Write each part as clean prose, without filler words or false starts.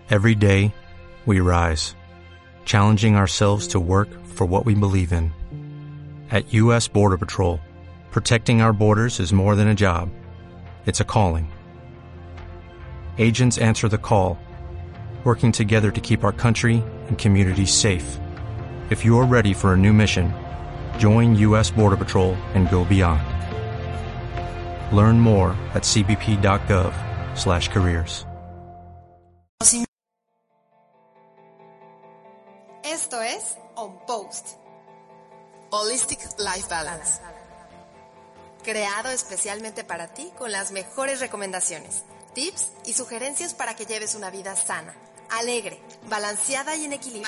Every day, we rise, challenging ourselves to work for what we believe in. At U.S. Border Patrol, protecting our borders is more than a job. It's a calling. Agents answer the call, working together to keep our country and communities safe. If you're ready for a new mission, join U.S. Border Patrol and go beyond. Learn more at cbp.gov/careers. Esto es On Post. Holistic Life Balance. Creado especialmente para ti con las mejores recomendaciones, tips y sugerencias para que lleves una vida sana, alegre, balanceada y en equilibrio.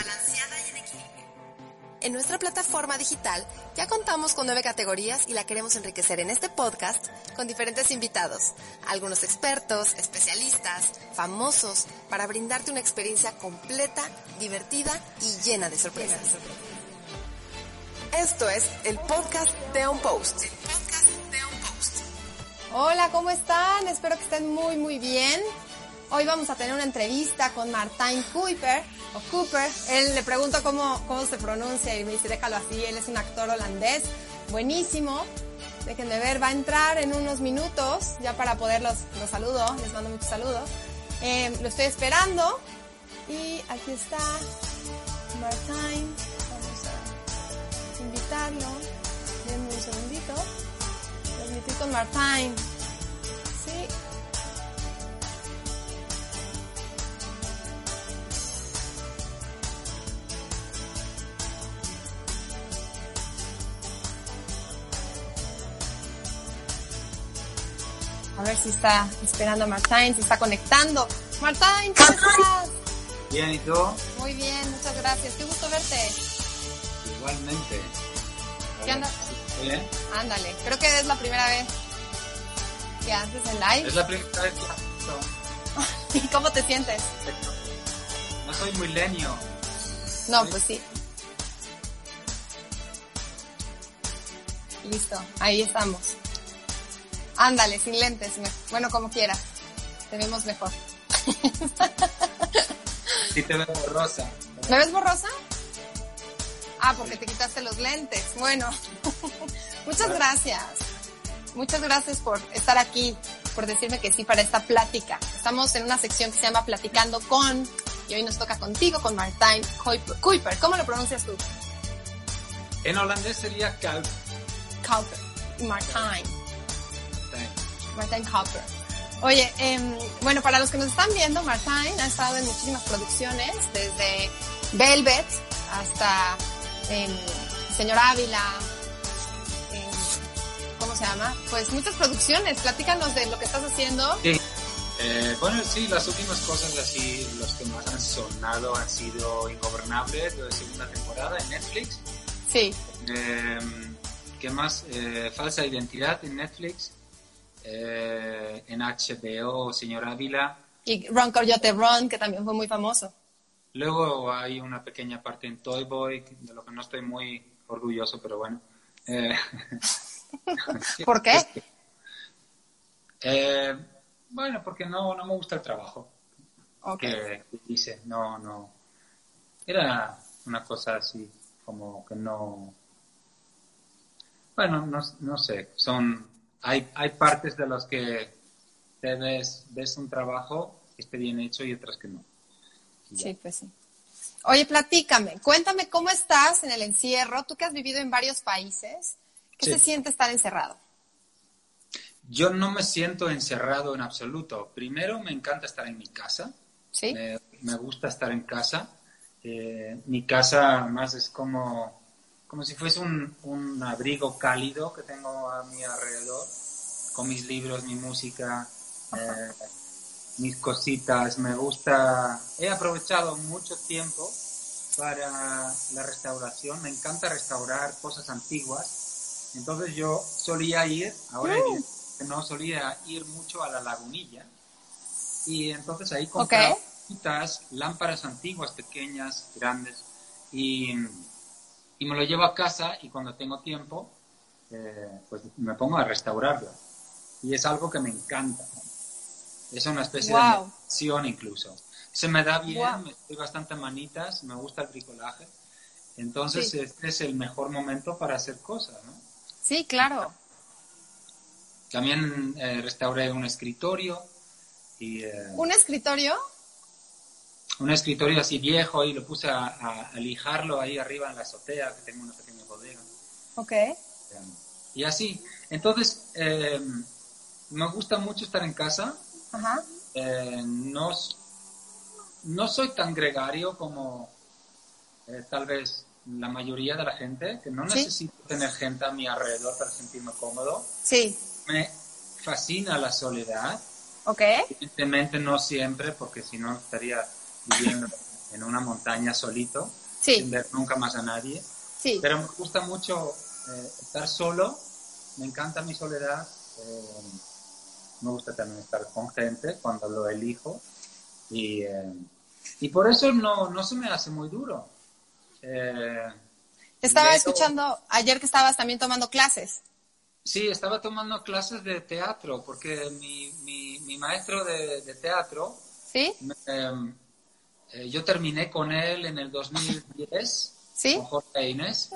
En nuestra plataforma digital ya contamos con 9 categorías y la queremos enriquecer en este podcast con diferentes invitados, algunos expertos, especialistas, famosos, para brindarte una experiencia completa, divertida y llena de sorpresas. Esto es el podcast de On Post. Hola, ¿cómo están? Espero que estén muy bien. Hoy vamos a tener una entrevista con Martijn Cooper. Él le pregunto cómo se pronuncia y me dice, déjalo así, él es un actor holandés. Buenísimo. Déjenme ver, va a entrar en unos minutos, ya para poderlos saludo, les mando muchos saludos. Lo estoy esperando. Y aquí está Martijn. Vamos a invitarlo. Denme un segundito. Transmitir con Martijn. Sí. A ver si está esperando a Martijn, si está conectando. Martijn, ¿cómo estás? Bien, ¿y tú? Muy bien, muchas gracias. Qué gusto verte. Igualmente. ¿Qué andas? Bien. Ándale, creo que es la primera vez que haces en live. Es la primera vez que hago. ¿Y cómo te sientes? No soy muy lenio. No, pues sí. Listo, ahí estamos. Ándale, sin lentes. Bueno, como quieras. Te vemos mejor. Sí te veo borrosa. ¿Me ves borrosa? Ah, porque te quitaste los lentes. Bueno, muchas gracias. Muchas gracias por estar aquí, por decirme que sí para esta plática. Estamos en una sección que se llama Platicando con, y hoy nos toca contigo, con Martijn Cooper. ¿Cómo lo pronuncias tú? En holandés sería Cooper. Cooper. Martijn Cooper. Oye, bueno, para los que nos están viendo, Martijn ha estado en muchísimas producciones, desde Velvet hasta Señor Ávila, ¿cómo se llama? Pues muchas producciones. Platícanos de lo que estás haciendo. Sí. Bueno, sí, las últimas cosas así, los que más han sonado han sido Ingobernables, de segunda temporada en Netflix. Sí. ¿Qué más? Falsa Identidad en Netflix. En HBO, Señor Ávila. Y Ron Coyote Ron, que también fue muy famoso. Luego hay una pequeña parte en Toy Boy, de lo que no estoy muy orgulloso, pero bueno. ¿Por qué? Bueno, porque no me gusta el trabajo. Okay. Que hice. No. Era una cosa así, como que no... Bueno, no sé, hay partes de las que te ves un trabajo que esté bien hecho y otras que no. Sí, pues sí. Oye, platícame, cuéntame cómo estás en el encierro, tú que has vivido en varios países, ¿qué se siente estar encerrado? Yo no me siento encerrado en absoluto. Primero, me encanta estar en mi casa. ¿Sí? Me gusta estar en casa. Mi casa más es como si fuese un abrigo cálido que tengo a mi alrededor, con mis libros, mi música, mis cositas. Me gusta. He aprovechado mucho tiempo para la restauración. Me encanta restaurar cosas antiguas. Entonces yo solía ir, ahora no solía ir mucho a la Lagunilla. Y entonces ahí compraba lámparas antiguas, pequeñas, grandes. Y me lo llevo a casa y cuando tengo tiempo, pues me pongo a restaurarlo. Y es algo que me encanta. Es una especie de meditación incluso. Se me da bien, Wow. me doy bastante manitas, me gusta el bricolaje. Entonces, Sí. este es el mejor momento para hacer cosas, ¿no? Sí, claro. También restauré ¿Un escritorio? un escritorio así viejo y lo puse a lijarlo ahí arriba en la azotea, que tengo una pequeña bodega. Ok. Y así. Entonces, me gusta mucho estar en casa. Ajá. No, no soy tan gregario como tal vez la mayoría de la gente, que no Sí. necesito tener gente a mi alrededor para sentirme cómodo. Sí. Me fascina la soledad. Ok. Evidentemente no siempre, porque si no estaría viviendo en una montaña solito, sin Sí. ver nunca más a nadie. Sí. Pero me gusta mucho estar solo, me encanta mi soledad. Me gusta también estar con gente cuando lo elijo. Y por eso no se me hace muy duro. Estaba Leo, escuchando ayer que estabas también tomando clases. sí, estaba tomando clases de teatro, porque mi maestro de teatro, ¿Sí? yo terminé con él en el 2010, ¿Sí? con Jorge e Inés.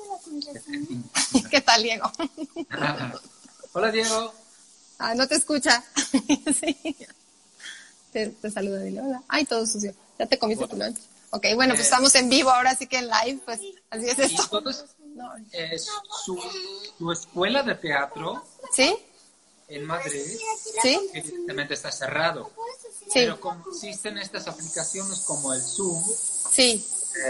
¿Qué tal, Diego? Hola, Diego. Ah, no te escucha. Sí. Te saluda, dile hola. Ay, todo sucio. Ya te comiste tu lunch. Ok, bueno, pues estamos en vivo ahora, sí que en live, pues así es Y esto. entonces, No. su escuela de teatro ¿Sí? en Madrid, ¿Sí? evidentemente está cerrado. Sí. Pero como existen estas aplicaciones como el Zoom, Sí.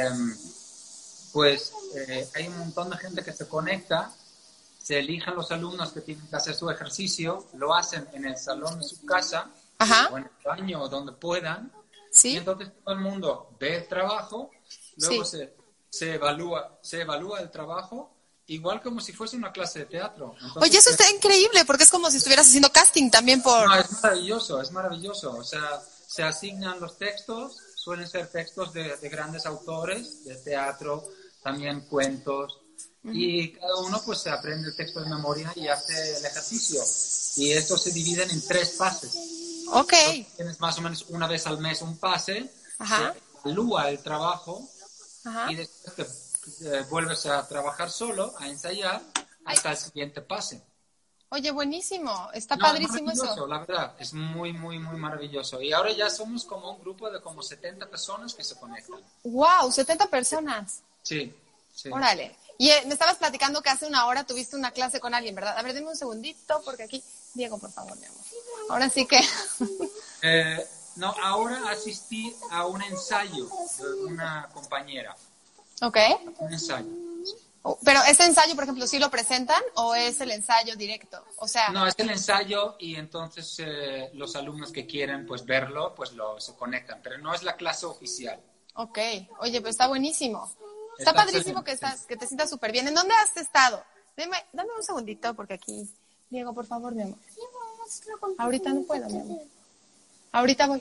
pues hay un montón de gente que se conecta, se eligen los alumnos que tienen que hacer su ejercicio, lo hacen en el salón de su casa Ajá. o en el baño o donde puedan, y Sí. entonces todo el mundo ve el trabajo, luego Sí. se evalúa el trabajo, igual como si fuese una clase de teatro. Oye, Entonces, eso está increíble porque es como si estuvieras haciendo casting también por... no, es maravilloso, es maravilloso. O sea, se asignan los textos, suelen ser textos de grandes autores, de teatro, también cuentos, y cada uno pues se aprende el texto de memoria y hace el ejercicio. Y estos se dividen en 3 pases. Ok. Entonces, tienes más o menos una vez al mes un pase, Ajá. se evalúa el trabajo Ajá. y después te vuelves a trabajar solo, a ensayar, Ay. hasta el siguiente pase. Oye, buenísimo. Está No, es padrísimo eso. maravilloso, la verdad, es muy, muy, muy maravilloso. Y ahora ya somos como un grupo de como 70 personas que se conectan. Wow, 70 personas. Sí, sí. Órale. Y me estabas platicando que hace una hora tuviste una clase con alguien, ¿verdad? A ver, dime un segundito, porque aquí... Diego, por favor, mi amor. Ahora sí que... No, ahora asistí a un ensayo de una compañera. Ok. Un ensayo. Pero ese ensayo, por ejemplo, ¿sí lo presentan o es el ensayo directo? O sea... No, es el ensayo y entonces los alumnos que quieren pues verlo, pues se conectan. Pero no es la clase oficial. Ok. Oye, pero está buenísimo. Está Está padrísimo excelente. que te sientas súper bien. ¿En dónde has estado? Dame un segundito, porque aquí... Diego, por favor, mi amor. Ahorita no puedo, mi amor. Ahorita voy.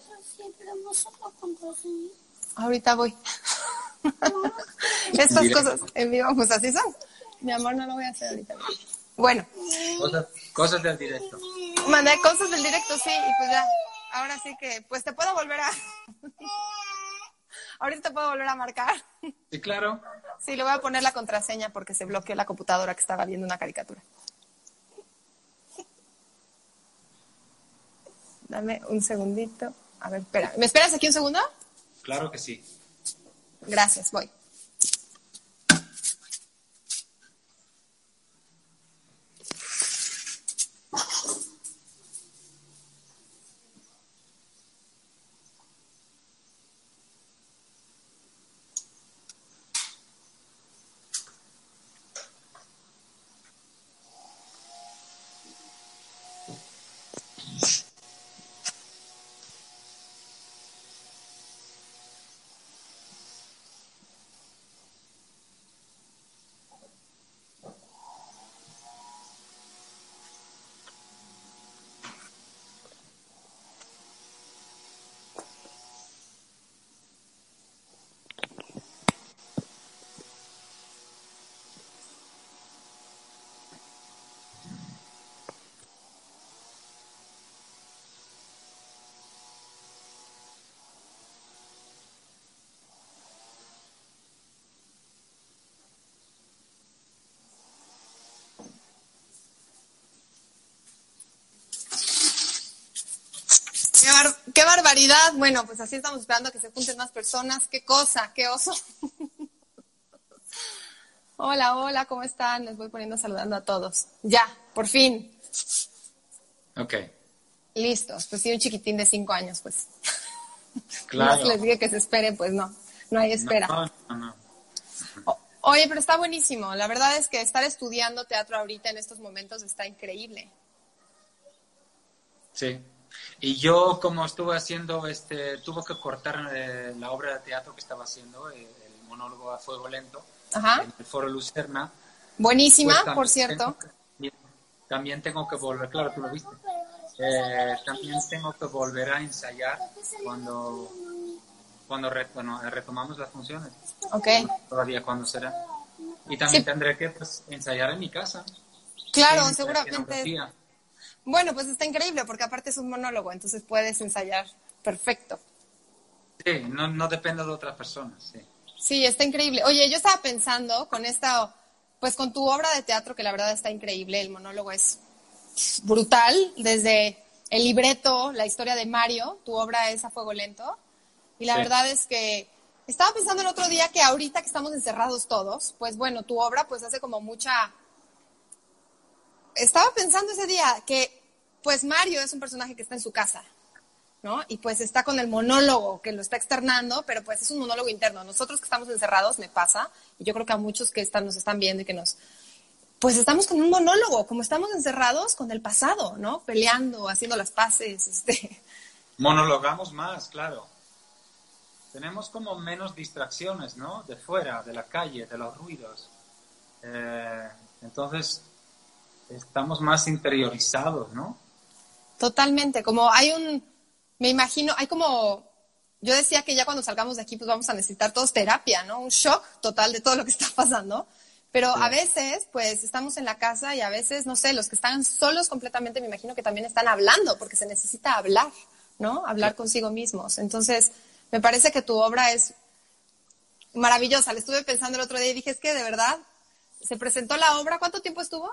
Ahorita voy. Estas Directo. cosas en vivo, pues así son. Mi amor, no lo voy a hacer ahorita. Bueno, Cosas del directo. mandé cosas del directo, sí, y pues ya. Ahora sí que, pues te puedo volver a... Ahorita te puedo volver a marcar. Sí, claro. Sí, le voy a poner la contraseña porque se bloqueó la computadora que estaba viendo una caricatura. Dame un segundito. A ver, espera. ¿Me esperas aquí un segundo? Claro que sí. Gracias, voy. Qué barbaridad. Bueno, pues así estamos esperando que se junten más personas. Qué cosa, qué oso. Hola, hola, ¿cómo están? Les voy poniendo saludando a todos. Ya, por fin. Ok. Listos. Pues sí, un chiquitín de 5 años, pues. Claro. No les dije que se esperen, pues no hay espera. No. Oye, pero está buenísimo. La verdad es que estar estudiando teatro ahorita en estos momentos está increíble. Sí. Y yo, como estuve haciendo, tuve que cortar la obra de teatro que estaba haciendo, el monólogo a fuego lento, Ajá. en el Foro Lucerna. Buenísima, Pues por cierto. También tengo que volver, claro, tú lo viste. También tengo que volver a ensayar cuando retomamos las funciones. Ok. Todavía cuándo será. Y también Sí. tendré que ensayar en mi casa. Claro, sin seguramente. escenografía. Bueno, pues está increíble porque aparte es un monólogo, entonces puedes ensayar perfecto. Sí, no depende de otras personas, sí. Sí, está increíble. Oye, yo estaba pensando pues con tu obra de teatro, que la verdad está increíble, el monólogo es brutal, desde el libreto, la historia de Mario, tu obra es a fuego lento, y la Sí. verdad es que estaba pensando el otro día que ahorita que estamos encerrados todos, pues bueno, tu obra pues hace como mucha... Estaba pensando ese día que pues Mario es un personaje que está en su casa, ¿no? Y pues está con el monólogo que lo está externando, pero pues es un monólogo interno. Nosotros que estamos encerrados, me pasa, y yo creo que a muchos que nos están viendo y que pues estamos con un monólogo, como estamos encerrados con el pasado, ¿no? Peleando, haciendo las paces, Monologamos más, claro. Tenemos como menos distracciones, ¿no? De fuera, de la calle, de los ruidos. Entonces, estamos más interiorizados, ¿no? Totalmente, me imagino, yo decía que ya cuando salgamos de aquí, pues vamos a necesitar todos terapia, ¿no? Un shock total de todo lo que está pasando. Pero Sí. a veces, pues, estamos en la casa y a veces, no sé, los que están solos completamente, me imagino que también están hablando, porque se necesita hablar, ¿no? Hablar consigo mismos. Entonces, me parece que tu obra es maravillosa. Le estuve pensando el otro día y dije, es que de verdad, se presentó la obra, ¿cuánto tiempo estuvo?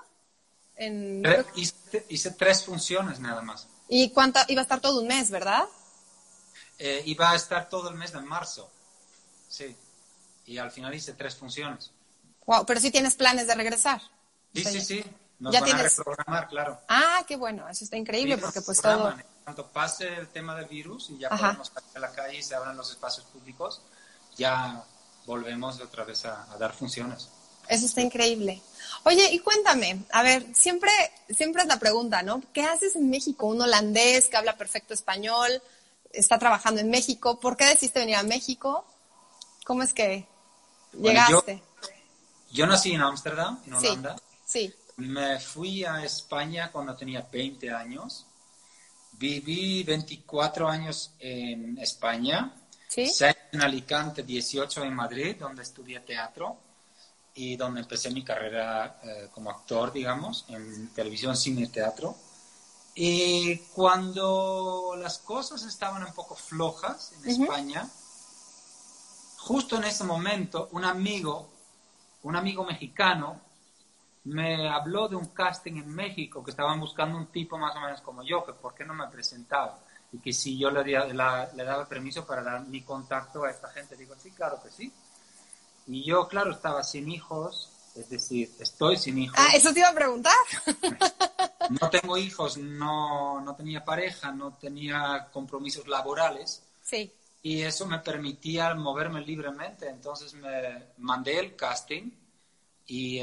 Hice 3 funciones nada más. ¿Y iba a estar todo un mes, verdad? Iba a estar todo el mes de marzo. Sí. Y al final hice 3 funciones. Wow, pero sí tienes planes de regresar. Sí. Nos ya van tienes... a reprogramar, claro. Ah, qué bueno, eso está increíble Sí, porque nos pues todo... programan. En cuanto pase el tema del virus y ya Ajá. podemos salir a la calle y se abran los espacios públicos, ya volvemos otra vez a dar funciones. Eso está increíble. Oye, y cuéntame, a ver, siempre es la pregunta, ¿no? ¿Qué haces en México? Un holandés que habla perfecto español, está trabajando en México. ¿Por qué decidiste venir a México? ¿Cómo es que llegaste? Yo nací en Ámsterdam, en Sí, Holanda. sí. Me fui a España cuando tenía 20 años. Viví 24 años en España. ¿Sí? 6 en Alicante, 18 en Madrid, donde estudié teatro y donde empecé mi carrera como actor, digamos, en televisión, cine y teatro. Y cuando las cosas estaban un poco flojas en España, justo en ese momento, un amigo mexicano me habló de un casting en México que estaban buscando un tipo más o menos como yo, que por qué no me presentaba y que si yo le daba permiso para dar mi contacto a esta gente. Digo, sí, claro que sí. Y yo, claro, estaba sin hijos, es decir, estoy sin hijos. Ah, eso te iba a preguntar. No tengo hijos, no tenía pareja, no tenía compromisos laborales. Sí. Y eso me permitía moverme libremente. Entonces me mandé el casting y,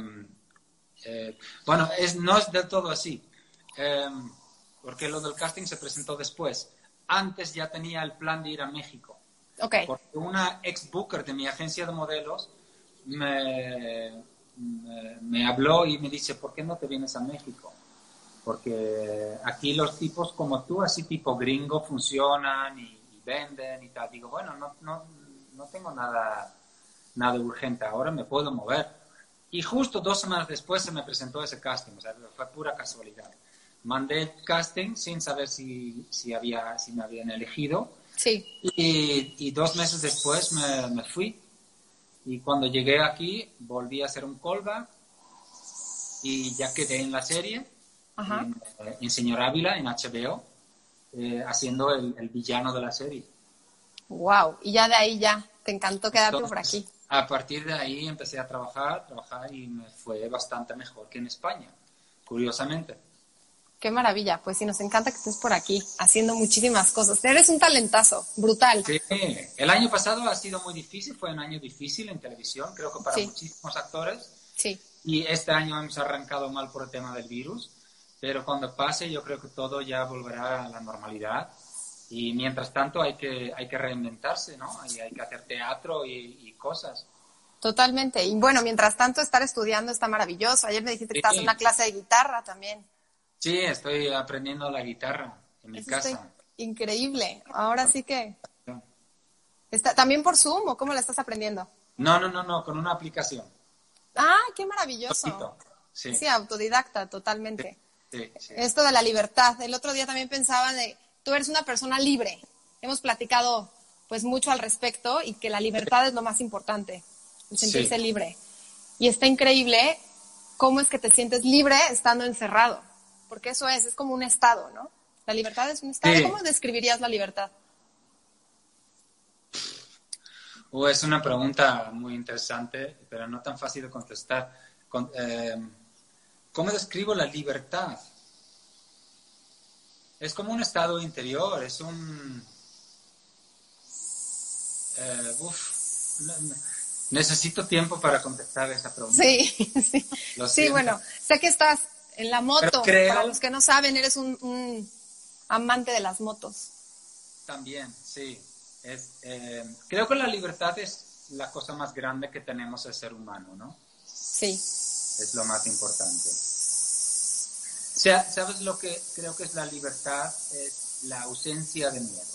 bueno, no es del todo así. Porque lo del casting se presentó después. Antes ya tenía el plan de ir a México. Okay. Porque una ex-booker de mi agencia de modelos me habló y me dice, ¿por qué no te vienes a México? Porque aquí los tipos como tú, así tipo gringo, funcionan y venden y tal. Digo, bueno, no tengo nada urgente, ahora me puedo mover. Y justo 2 semanas después se me presentó ese casting, o sea, fue pura casualidad. Mandé el casting sin saber si me habían elegido. Sí. Y 2 meses después me fui. Y cuando llegué aquí, volví a hacer un callback y ya quedé en la serie, en Señor Ávila, en HBO. haciendo el villano de la serie. Wow, y ya de ahí ya, te encantó quedarte por aquí. A partir de ahí empecé a trabajar y me fue bastante mejor que en España, curiosamente. Qué maravilla, pues sí, nos encanta que estés por aquí, haciendo muchísimas cosas. Eres un talentazo, brutal. Sí, el año pasado ha sido muy difícil, fue un año difícil en televisión, creo que para Sí. muchísimos actores. Sí, Y este año hemos arrancado mal por el tema del virus, pero cuando pase yo creo que todo ya volverá a la normalidad. Y mientras tanto hay que reinventarse, ¿no? Y hay que hacer teatro y cosas. totalmente. Y bueno, mientras tanto, estar estudiando está maravilloso. Ayer me dijiste que estás en una clase de guitarra también. Sí, estoy aprendiendo la guitarra en mi Eso casa. está increíble. Ahora sí que... ¿También por Zoom o cómo la estás aprendiendo? No, con una aplicación. ¡Ah, qué maravilloso! Sí. Sí, autodidacta, totalmente. Sí. Esto de la libertad. El otro día también pensaba de, tú eres una persona libre. Hemos platicado pues mucho al respecto y que la libertad es lo más importante, el sentirse libre. Y está increíble cómo es que te sientes libre estando encerrado, porque eso es como un estado, ¿no? La libertad es un estado. Sí. ¿Cómo describirías la libertad? Es una pregunta muy interesante, pero no tan fácil de contestar. ¿Cómo describo la libertad? Es como un estado interior, es un... necesito tiempo para contestar esa pregunta. Sí, bueno, sé que estás en la moto. Para los que no saben, eres un amante de las motos. También, sí. Creo que la libertad es la cosa más grande que tenemos el ser humano, ¿no? Sí. Es lo más importante. O sea, ¿sabes lo que creo que es la libertad? Es la ausencia de miedo.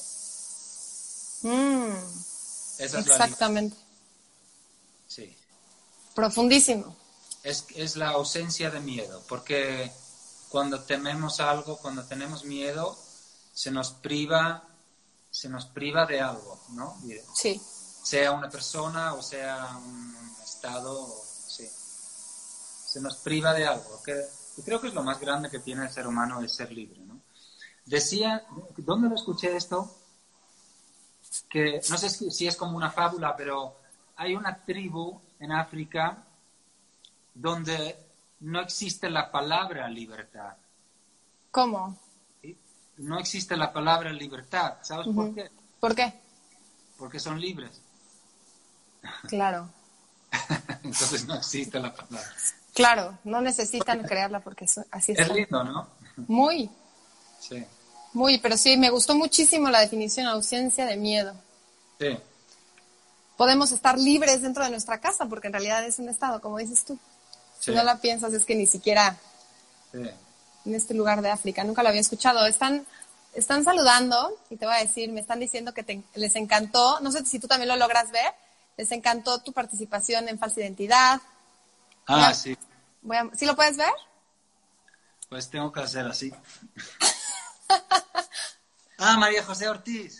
Esa es exactamente. Sí. Profundísimo. Es la ausencia de miedo, porque cuando tememos algo, cuando tenemos miedo, se nos priva de algo, ¿no? Sí. Sea una persona o sea un estado, sí. Se nos priva de algo. Y creo que es lo más grande que tiene el ser humano, es ser libre, ¿no? Decía, ¿dónde lo escuché esto? Que no sé si es como una fábula, pero hay una tribu en África donde no existe la palabra libertad. ¿Cómo? No existe la palabra libertad. ¿Sabes por qué? ¿Por qué? Porque son libres. Claro. Entonces no existe la palabra. Claro, no necesitan crearla porque así es. Es lindo, ¿no? Muy. Sí. Muy, pero sí, me gustó muchísimo la definición, ausencia de miedo. Sí. Podemos estar libres dentro de nuestra casa porque en realidad es un estado, como dices tú. Si no la piensas, es que ni siquiera en este lugar de África, nunca lo había escuchado. Están saludando y te voy a decir, me están diciendo que les encantó, no sé si tú también lo logras ver, les encantó tu participación en Falsa Identidad. Sí. ¿Sí lo puedes ver? Pues tengo que hacer así. María José Ortiz.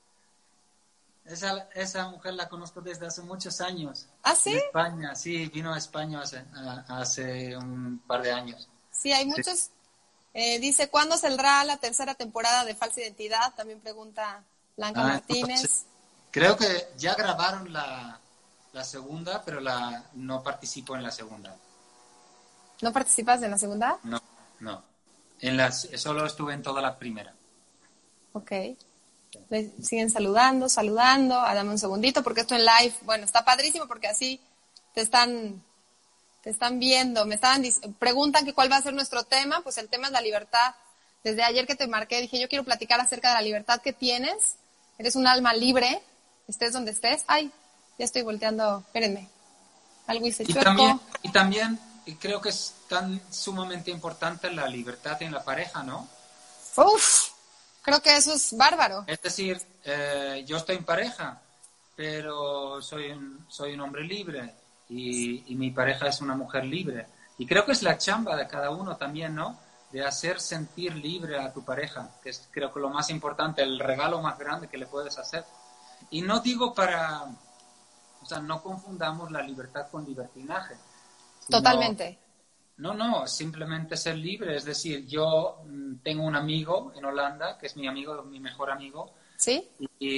Esa mujer la conozco desde hace muchos años. ¿Ah, sí? En España, sí, vino a España hace un par de años. Sí, hay muchos. Dice, ¿cuándo saldrá la tercera temporada de Falsa Identidad? También pregunta Blanca Martínez. No sé. Creo que ya grabaron la segunda, pero no participo en la segunda. ¿No participas en la segunda? No. Solo estuve en toda la primera. Ok. Le siguen saludando. Dame un segundito porque esto en live, bueno, está padrísimo porque así te están viendo. Preguntan que cuál va a ser nuestro tema. Pues el tema es la libertad. Desde ayer que te marqué dije, yo quiero platicar acerca de la libertad que tienes. Eres un alma libre, estés donde estés. Ay, ya estoy volteando, espérenme. Algo hice chueco. Y también creo que es tan sumamente importante la libertad en la pareja, ¿no? Uf, creo que eso es bárbaro. Es decir, yo estoy en pareja, pero soy un hombre libre y mi pareja es una mujer libre. Y creo que es la chamba de cada uno también, ¿no? De hacer sentir libre a tu pareja, que es creo que lo más importante, el regalo más grande que le puedes hacer. Y no digo no confundamos la libertad con libertinaje. Totalmente. No, simplemente ser libre. Es decir, yo tengo un amigo en Holanda, que es mi amigo, mi mejor amigo, ¿Sí?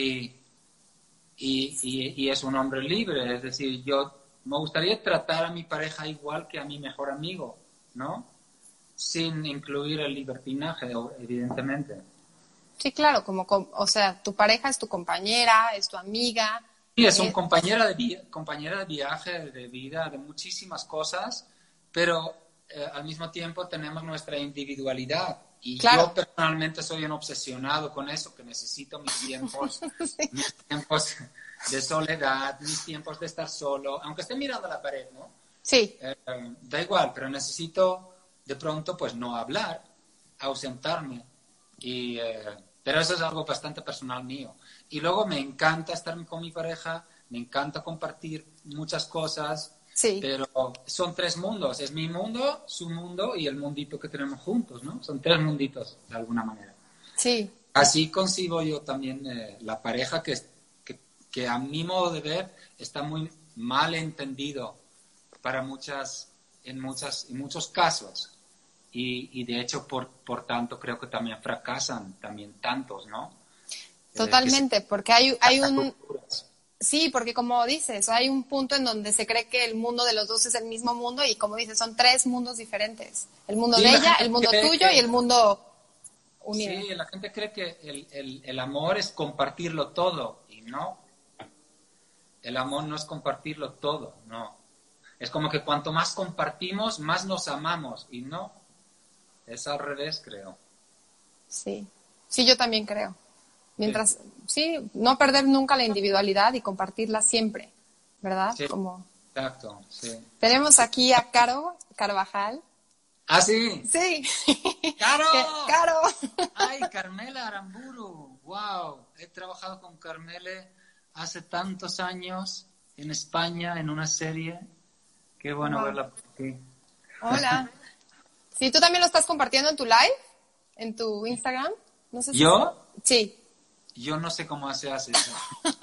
y es un hombre libre. Es decir, yo me gustaría tratar a mi pareja igual que a mi mejor amigo, ¿no? Sin incluir el libertinaje, evidentemente. Sí, claro, o sea, tu pareja es tu compañera, es tu amiga. Sí, es un compañera de viaje, de vida, de muchísimas cosas, pero al mismo tiempo tenemos nuestra individualidad. Y Claro. yo personalmente soy un obsesionado con eso, que necesito Sí. mis tiempos de soledad, mis tiempos de estar solo, aunque esté mirando a la pared, ¿no? Sí, Da igual, pero necesito de pronto pues no hablar, ausentarme. Pero eso es algo bastante personal mío. Y luego me encanta estar con mi pareja, me encanta compartir muchas cosas, sí, pero son tres mundos. Es mi mundo, su mundo y el mundito que tenemos juntos, ¿no? Son tres munditos, de alguna manera. sí. Así concibo yo también la pareja que a mi modo de ver está muy mal entendido para en muchos casos. Y de hecho, por tanto, creo que también fracasan también tantos, ¿no? Totalmente, porque hay un... Culturas. Sí, porque como dices, hay un punto en donde se cree que el mundo de los dos es el mismo mundo y como dices, son tres mundos diferentes. El mundo Sí, de la ella, gente el mundo cree tuyo y el mundo unido. Sí, la gente cree que el amor es compartirlo todo y no. El amor no es compartirlo todo, no. Es como que cuanto más compartimos, más nos amamos y no. Es al revés, creo. Sí, sí, yo también creo. Mientras, sí, no perder nunca la individualidad y compartirla siempre, ¿verdad? Sí, Como exacto, sí. tenemos aquí a Caro Carvajal. ¡Ah, sí! Sí. ¡Caro! Caro. ¡Ay, Carmela Aramburu! ¡Wow! He trabajado con Carmele hace tantos años en España en una serie. Qué bueno Wow. verla por aquí. Hola. Sí, tú también lo estás compartiendo en tu live, en tu Instagram. No sé si... ¿Yo? Sí. Yo no sé cómo se hace eso.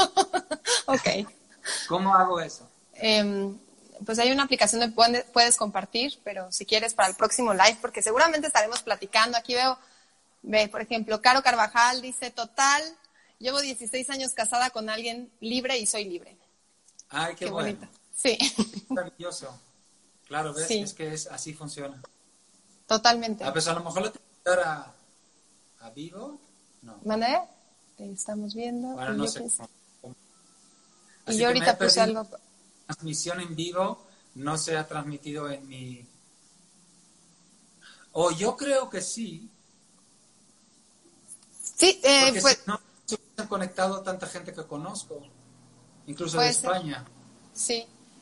Ok. ¿Cómo hago eso? Pues hay una aplicación donde puedes compartir, pero si quieres para el próximo live, porque seguramente estaremos platicando. Aquí ve, por ejemplo, Caro Carvajal dice, total, llevo 16 años casada con alguien libre y soy libre. Ay, qué bueno. bonito. Sí. Maravilloso. Claro, ¿ves? Sí. Es que así funciona. Totalmente. Pues a lo mejor lo tengo que dar a vivo. No. ¿Mandé? Estamos viendo. Bueno, y no yo sé. y yo ahorita puse algo. La transmisión en vivo no se ha transmitido en mi... O yo creo que sí. Sí, Porque pues... si no se hubiesen conectado tanta gente que conozco. Incluso de Puede ser. España. Sí.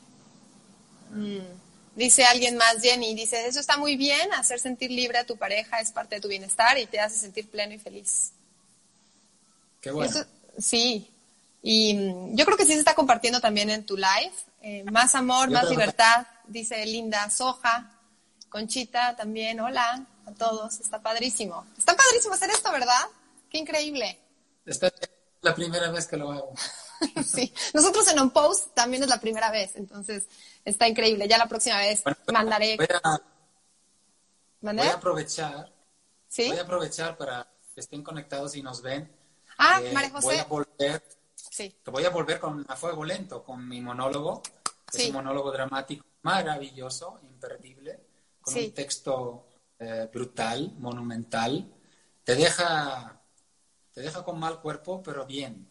Dice alguien más, Jenny, dice, eso está muy bien, hacer sentir libre a tu pareja es parte de tu bienestar y te hace sentir pleno y feliz. Qué bueno. Eso, sí, y yo creo que sí se está compartiendo también en tu live. Más amor, más libertad, dice Linda Soja. Conchita también, hola a todos, está padrísimo. Está padrísimo hacer esto, ¿verdad? Qué increíble. Esta es la primera vez que lo hago. Sí, nosotros en On Post también es la primera vez, entonces está increíble. Ya la próxima vez mandaré. Voy a aprovechar. ¿Sí? Voy a aprovechar para que estén conectados y nos ven. María José. Voy a volver. Sí. Te voy a volver a fuego lento con mi monólogo. Sí. Es un monólogo dramático maravilloso, imperdible, con un texto brutal, monumental. Te deja con mal cuerpo, pero bien.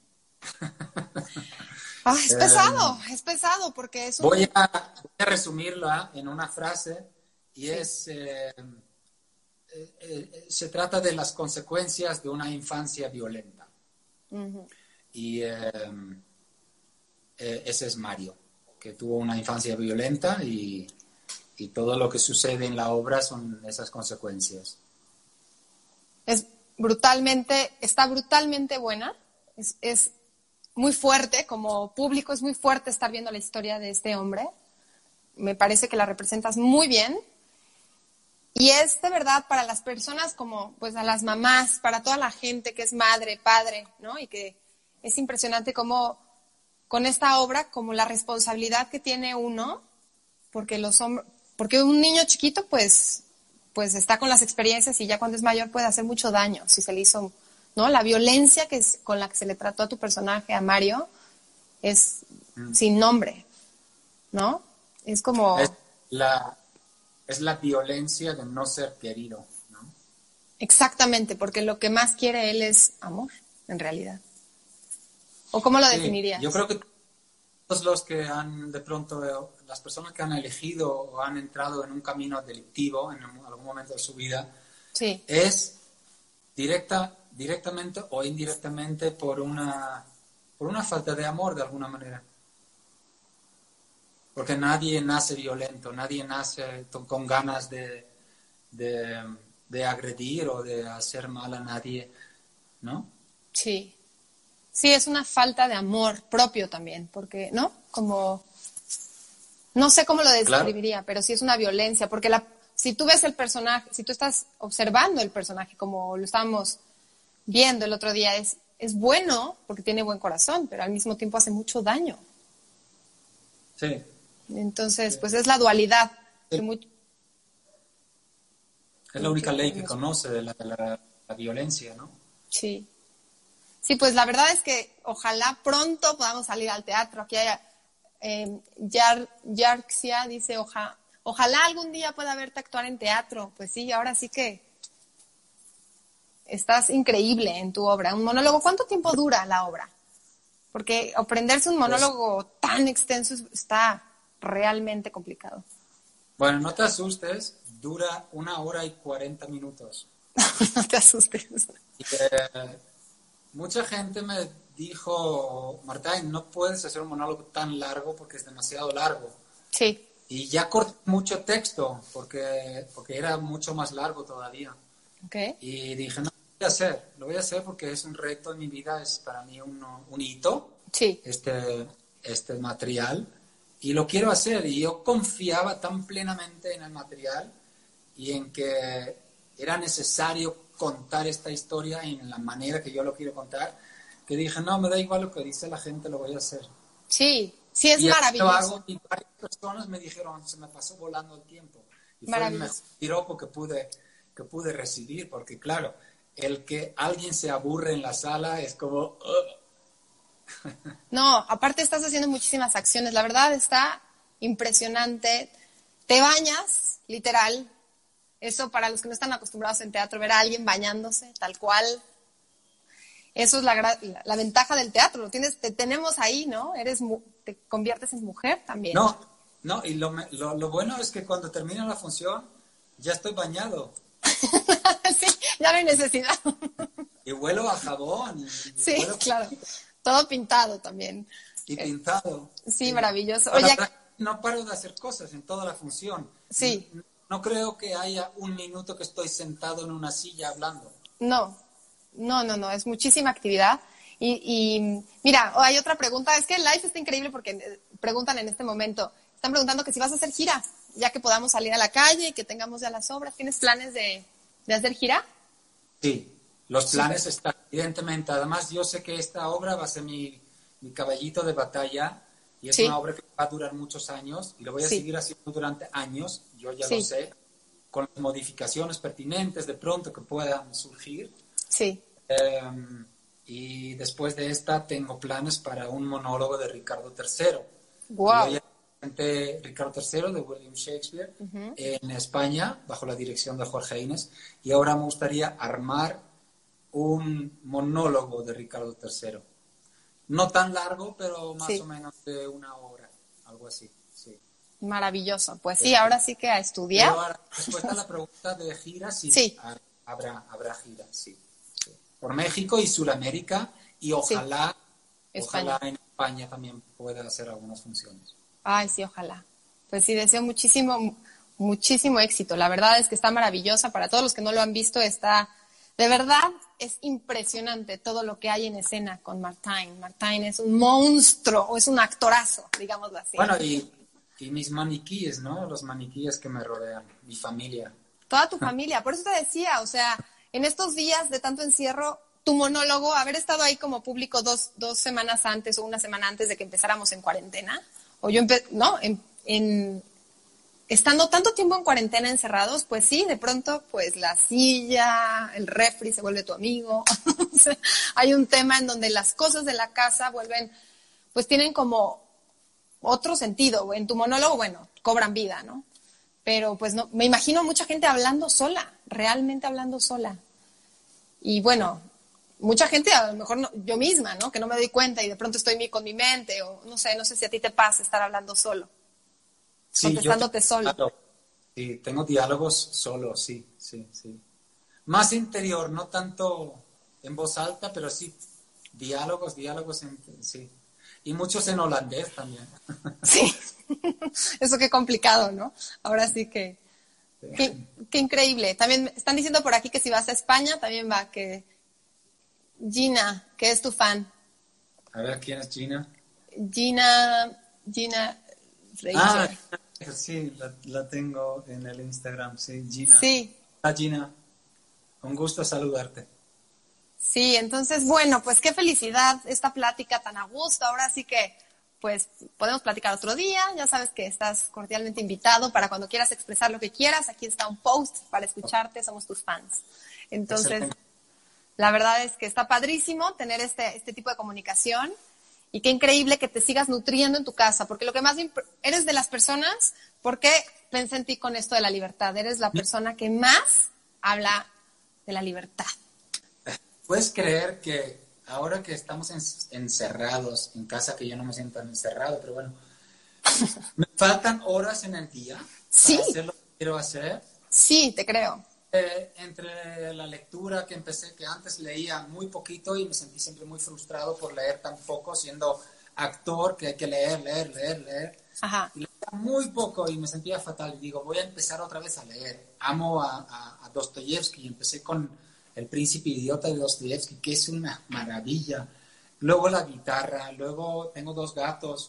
Es pesado porque es un... Voy a resumirla en una frase y se trata de las consecuencias de una infancia violenta. Uh-huh. Y ese es Mario, que tuvo una infancia violenta y todo lo que sucede en la obra son esas consecuencias. Está brutalmente buena, es muy fuerte, como público es muy fuerte estar viendo la historia de este hombre. Me parece que la representas muy bien. Y es de verdad para las personas como, pues a las mamás, para toda la gente que es madre, padre, ¿no? Y que es impresionante cómo con esta obra, como la responsabilidad que tiene uno, porque Porque un niño chiquito, pues está con las experiencias y ya cuando es mayor puede hacer mucho daño. Si se le hizo, ¿no? La violencia con la que se le trató a tu personaje, a Mario, es sin nombre, ¿no? Es como... Es la violencia de no ser querido, ¿no? Exactamente, porque lo que más quiere él es amor, en realidad. ¿O cómo lo definirías? Yo creo que todos los que han, de pronto, las personas que han elegido o han entrado en un camino delictivo en algún momento de su vida, sí, es directamente o indirectamente por una falta de amor, de alguna manera. Porque nadie nace violento, nadie nace con ganas de agredir o de hacer mal a nadie, ¿no? Sí. Sí, es una falta de amor propio también, porque, ¿no? Como, no sé cómo lo describiría, claro. Pero sí es una violencia, porque si tú ves el personaje, si tú estás observando el personaje como lo estábamos viendo el otro día, es bueno porque tiene buen corazón, pero al mismo tiempo hace mucho daño. Sí. Entonces, pues es la dualidad. Sí. Es la única ley que conoce de la violencia, ¿no? Sí. Sí, pues la verdad es que ojalá pronto podamos salir al teatro. Aquí hay Yarxia dice, ojalá algún día pueda verte actuar en teatro. Pues sí, ahora sí que estás increíble en tu obra. Un monólogo, ¿cuánto tiempo dura la obra? Porque aprenderse un monólogo tan extenso está realmente complicado. Bueno, no te asustes, dura 1 hora y 40 minutos. No te asustes. Y, mucha gente me dijo, Martín, no puedes hacer un monólogo tan largo porque es demasiado largo. Sí. Y ya corté mucho texto porque era mucho más largo todavía. Okay. Y dije, no, lo voy a hacer porque es un reto en mi vida, es para mí un hito, sí. este material. Y lo quiero hacer. Y yo confiaba tan plenamente en el material y en que era necesario contar esta historia en la manera que yo lo quiero contar, que dije, no, me da igual lo que dice la gente, lo voy a hacer. Sí, sí, es maravilloso. Y varias personas me dijeron, se me pasó volando el tiempo. Y fue el mejor piropo que pude recibir, porque claro, el que alguien se aburre en la sala es como... No, aparte estás haciendo muchísimas acciones, la verdad está impresionante. Te bañas, literal. Eso para los que no están acostumbrados en teatro, ver a alguien bañándose, tal cual. Eso es la ventaja del teatro. Te tenemos ahí, ¿no? Te conviertes en mujer también. No, y lo bueno es que cuando termina la función, ya estoy bañado. Sí, ya no hay necesidad. Y huelo a jabón. Sí, claro. Todo pintado también. Y pintado. Sí, maravilloso. Oye, no paro de hacer cosas en toda la función. Sí. No creo que haya 1 minuto que estoy sentado en una silla hablando. No, es muchísima actividad. Y mira, hay otra pregunta, es que el live está increíble porque preguntan en este momento, están preguntando que si vas a hacer gira, ya que podamos salir a la calle y que tengamos ya las obras. ¿Tienes planes de hacer gira? Sí, los planes están, evidentemente. Además, yo sé que esta obra va a ser mi caballito de batalla. Y es una obra que va a durar muchos años y lo voy a seguir haciendo durante años, yo ya lo sé, con las modificaciones pertinentes de pronto que puedan surgir. Sí. Y después de esta tengo planes para un monólogo de Ricardo III. Wow. Yo ya presenté Ricardo III de William Shakespeare en España, bajo la dirección de Jorge Inés, y ahora me gustaría armar un monólogo de Ricardo III. No tan largo, pero más o menos de 1 hora, algo así, sí. Maravilloso. Pues sí, ahora sí que a estudiar. Pero ahora, respuesta a la pregunta de gira, sí. Habrá gira, sí. Por México y Sudamérica, y ojalá en España también pueda hacer algunas funciones. Ay, sí, ojalá. Pues sí, deseo muchísimo éxito. La verdad es que está maravillosa. Para todos los que no lo han visto, de verdad, es impresionante todo lo que hay en escena con Martín. Martín es un monstruo, es un actorazo, digámoslo así. Bueno, y mis maniquíes, ¿no? Los maniquíes que me rodean, mi familia. Toda tu familia, por eso te decía, o sea, en estos días de tanto encierro, tu monólogo, haber estado ahí como público dos semanas antes o 1 semana antes de que empezáramos en cuarentena, o yo estando tanto tiempo en cuarentena encerrados, pues sí, de pronto, pues la silla, el refri se vuelve tu amigo. O sea, hay un tema en donde las cosas de la casa vuelven, pues tienen como otro sentido. En tu monólogo, bueno, cobran vida, ¿no? Pero pues no, me imagino a mucha gente hablando sola, realmente hablando sola. Y bueno, mucha gente, a lo mejor yo misma, ¿no? Que no me doy cuenta y de pronto estoy con mi mente, o no sé si a ti te pasa estar hablando solo, Sí, contestándote solo. Sí, tengo diálogos solo, sí. Más interior, no tanto en voz alta, pero sí, diálogos, sí. Y muchos en holandés también. Sí, eso qué complicado, ¿no? Ahora sí que, qué increíble. También están diciendo por aquí que si vas a España, también va, que Gina, que es tu fan. A ver, ¿quién es Gina? Gina Reicher. Sí, la tengo en el Instagram, sí, Gina. Sí. Hola, Gina. Un gusto saludarte. Sí, entonces, bueno, pues qué felicidad esta plática tan a gusto. Ahora sí que, pues, podemos platicar otro día. Ya sabes que estás cordialmente invitado para cuando quieras expresar lo que quieras. Aquí está un post para escucharte. Somos tus fans. Entonces, Excelente. la verdad es que está padrísimo tener este tipo de comunicación y qué increíble que te sigas nutriendo en tu casa, porque lo que más eres de las personas, porque pensé en ti con esto de la libertad, eres la persona que más habla de la libertad. ¿Puedes creer que ahora que estamos encerrados en casa, que yo no me siento tan encerrado, pero bueno, me faltan horas en el día Sí. para hacer lo que quiero hacer? Sí, te creo. Entre la lectura que empecé, que antes leía muy poquito y me sentí siempre muy frustrado por leer tan poco, siendo actor, que hay que leer. Ajá. Y leía muy poco y me sentía fatal. Y digo, voy a empezar otra vez a leer. Amo a Dostoyevsky y empecé con El Príncipe Idiota de Dostoyevsky, que es una maravilla. Luego la guitarra, luego tengo 2 gatos,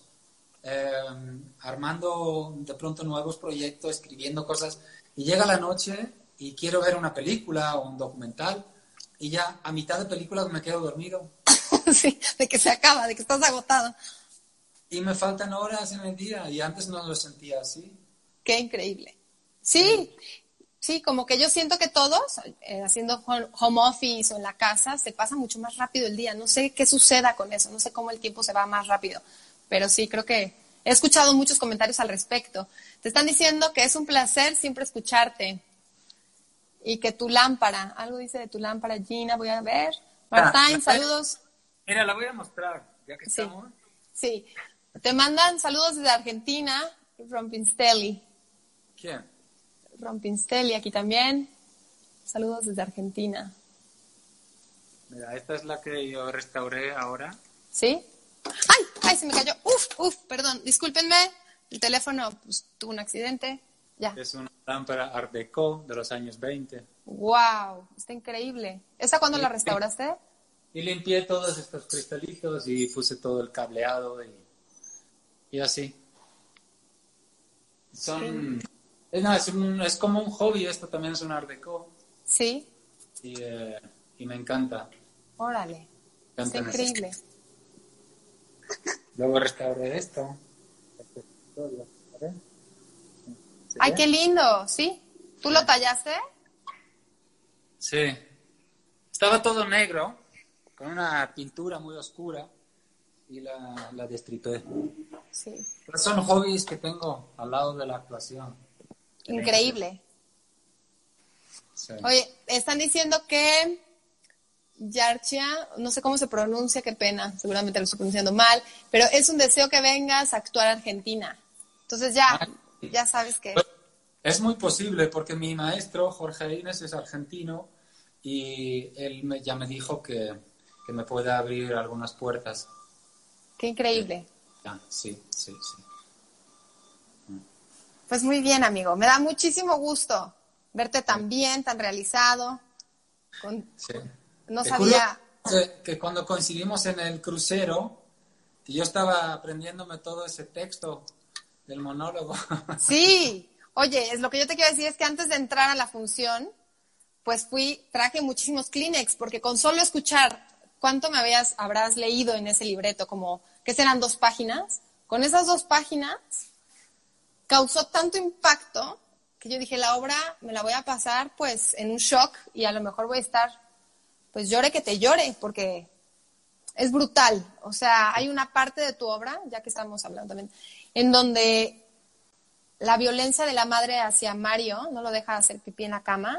armando de pronto nuevos proyectos, escribiendo cosas. Y llega la noche y quiero ver una película o un documental y ya a mitad de película me quedo dormido. Sí, de que se acaba, de que estás agotado. Y me faltan horas en el día y antes no lo sentía así. Qué increíble. Sí, como que yo siento que todos, haciendo home office o en la casa, se pasa mucho más rápido el día. No sé qué suceda con eso, no sé cómo el tiempo se va más rápido, pero sí, creo que he escuchado muchos comentarios al respecto. Te están diciendo que es un placer siempre escucharte y que tu lámpara, algo dice de tu lámpara, Gina, voy a ver. Martín, saludos. Mira, la voy a mostrar, ya que estamos. Sí, te mandan saludos desde Argentina, Rompinstelli. ¿Quién? Rompinstelli aquí también. Saludos desde Argentina. Mira, esta es la que yo restauré ahora. ¿Sí? ¡Ay, se me cayó! Perdón, discúlpenme. El teléfono pues, tuvo un accidente. Ya. Es una lámpara Art Deco de los años 20. ¡Wow! Está increíble. ¿Esa cuándo la restauraste? Y limpié todos estos cristalitos y puse todo el cableado y así. Son... Sí. Es como un hobby, esto también es un Art Deco. Sí. Y me encanta. Órale. Está increíble. Luego restauré esto. ¡Ay, qué lindo! ¿Sí? ¿Tú lo tallaste? Sí. Estaba todo negro, con una pintura muy oscura, y la destripé. Sí. Pero son hobbies que tengo al lado de la actuación. Increíble. Sí. Oye, están diciendo que Yarchia, no sé cómo se pronuncia, qué pena, seguramente lo estoy pronunciando mal, pero es un deseo que vengas a actuar a Argentina. Entonces ya sabes que... Es muy posible porque mi maestro, Jorge Inés, es argentino y él ya me dijo que me puede abrir algunas puertas. Qué increíble. Sí. Pues muy bien, amigo. Me da muchísimo gusto verte tan bien, tan realizado. Sí. No sabía... Que cuando coincidimos en el crucero, y yo estaba aprendiéndome todo ese texto del monólogo. Sí. Oye, es lo que yo te quiero decir es que antes de entrar a la función, pues traje muchísimos Kleenex, porque con solo escuchar cuánto habrás leído en ese libreto, como, ¿qué serán 2 páginas? Con esas 2 páginas, causó tanto impacto que yo dije, la obra me la voy a pasar pues en un shock y a lo mejor voy a estar, pues llore que te llore, porque es brutal. O sea, hay una parte de tu obra, ya que estamos hablando también, en donde la violencia de la madre hacia Mario no lo deja hacer pipí en la cama.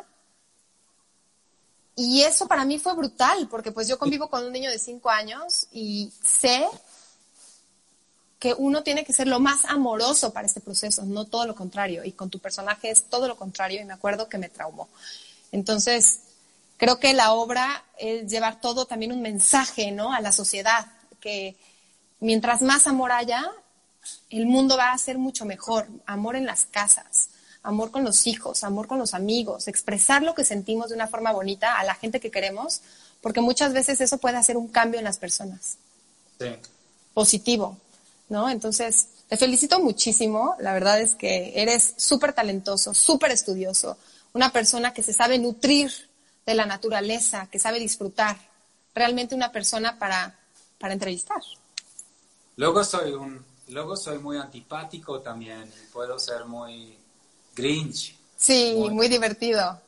Y eso para mí fue brutal, porque pues yo convivo con un niño de 5 años y sé que uno tiene que ser lo más amoroso para este proceso, no todo lo contrario. Y con tu personaje es todo lo contrario y me acuerdo que me traumó. Entonces, creo que la obra es llevar todo también un mensaje, ¿no?, a la sociedad, que mientras más amor haya, el mundo va a ser mucho mejor. Amor en las casas, amor con los hijos, amor con los amigos, expresar lo que sentimos de una forma bonita a la gente que queremos, porque muchas veces eso puede hacer un cambio en las personas. Sí. Positivo, ¿no? Entonces, te felicito muchísimo. La verdad es que eres súper talentoso, súper estudioso, una persona que se sabe nutrir de la naturaleza, que sabe disfrutar. Realmente una persona para entrevistar. Luego soy muy antipático también. Puedo ser muy Grinch. Sí, muy divertido.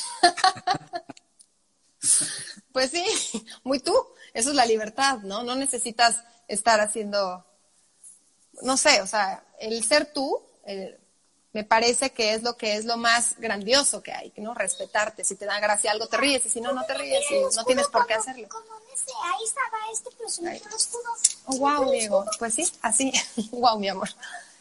Pues sí, muy tú. Eso es la libertad, ¿no? No necesitas estar haciendo, no sé, o sea, el ser tú, me parece que es lo más grandioso que hay, ¿no? Respetarte. Si te da gracia algo, te ríes, y si no, no te ríes, y no tienes por qué hacerlo. Ahí estaba este personaje oscuro. Oh, wow, Diego. Pues sí, así. Wow, mi amor.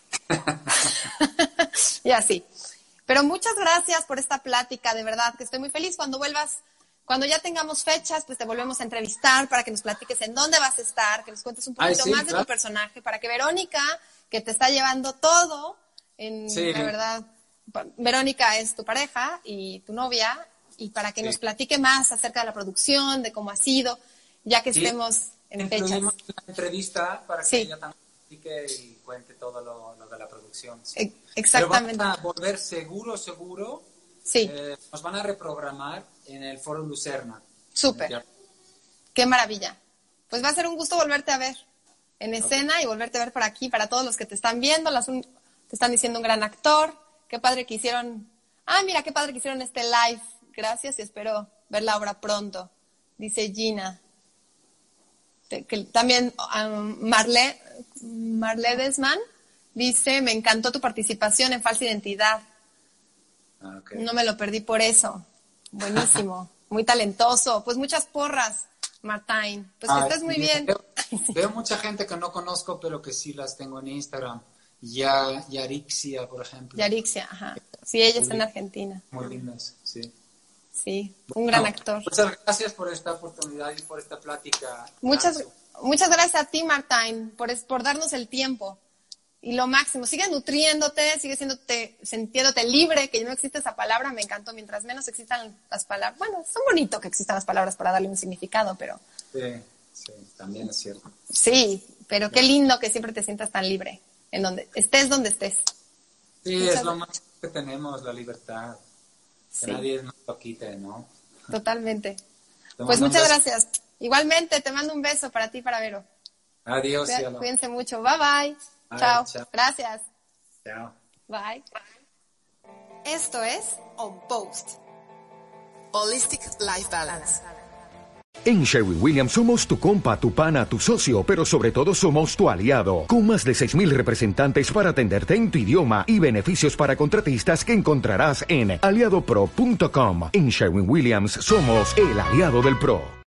Y así. Pero muchas gracias por esta plática, de verdad, que estoy muy feliz. Cuando vuelvas, cuando ya tengamos fechas, pues te volvemos a entrevistar para que nos platiques en dónde vas a estar, que nos cuentes un poquito más de tu personaje, para que Verónica, que te está llevando todo, la verdad, Verónica es tu pareja y tu novia, y para que nos platique más acerca de la producción, de cómo ha sido, ya que estemos en fechas. Incluimos una entrevista para que ella también platique y cuente todo lo de la producción. Sí. Exactamente. Pero van a volver seguro. Sí. Nos van a reprogramar en el Foro Lucerna. Súper. Qué maravilla. Pues va a ser un gusto volverte a ver en escena y volverte a ver por aquí, para todos los que te están viendo, te están diciendo un gran actor. Qué padre que hicieron. Mira, qué padre que hicieron este live. Gracias y espero ver la obra pronto. Dice Gina. Que también Marle Desman dice, me encantó tu participación en Falsa Identidad. Okay. No me lo perdí por eso. Buenísimo. Muy talentoso. Pues muchas porras, Martín. Pues que estés muy bien. Veo mucha gente que no conozco, pero que sí las tengo en Instagram. Yarixia, por ejemplo. Yarixia, ajá. Sí, ella está en Argentina. Muy lindas, sí. Sí, un gran actor. Muchas gracias por esta oportunidad y por esta plática. Muchas gracias a ti, Martín, por darnos el tiempo. Y lo máximo, sigue nutriéndote, sigue sintiéndote libre, que no existe esa palabra, me encantó. Mientras menos existan las palabras, bueno, son bonito que existan las palabras para darle un significado, pero... Sí, también es cierto. Sí, pero qué lindo que siempre te sientas tan libre, en donde estés. Sí, es lo más que tenemos, la libertad. Que nadie nos lo quite, ¿no? Totalmente. Pues muchas gracias. Igualmente, te mando un beso para ti y para Vero. Adiós, cielo. Cuídense mucho. Bye, bye. Chao. Gracias. Chao. Bye. Esto es On Post. Holistic Life Balance. En Sherwin-Williams somos tu compa, tu pana, tu socio, pero sobre todo somos tu aliado, con más de 6,000 representantes para atenderte en tu idioma y beneficios para contratistas que encontrarás en aliadopro.com. En Sherwin-Williams somos el aliado del pro.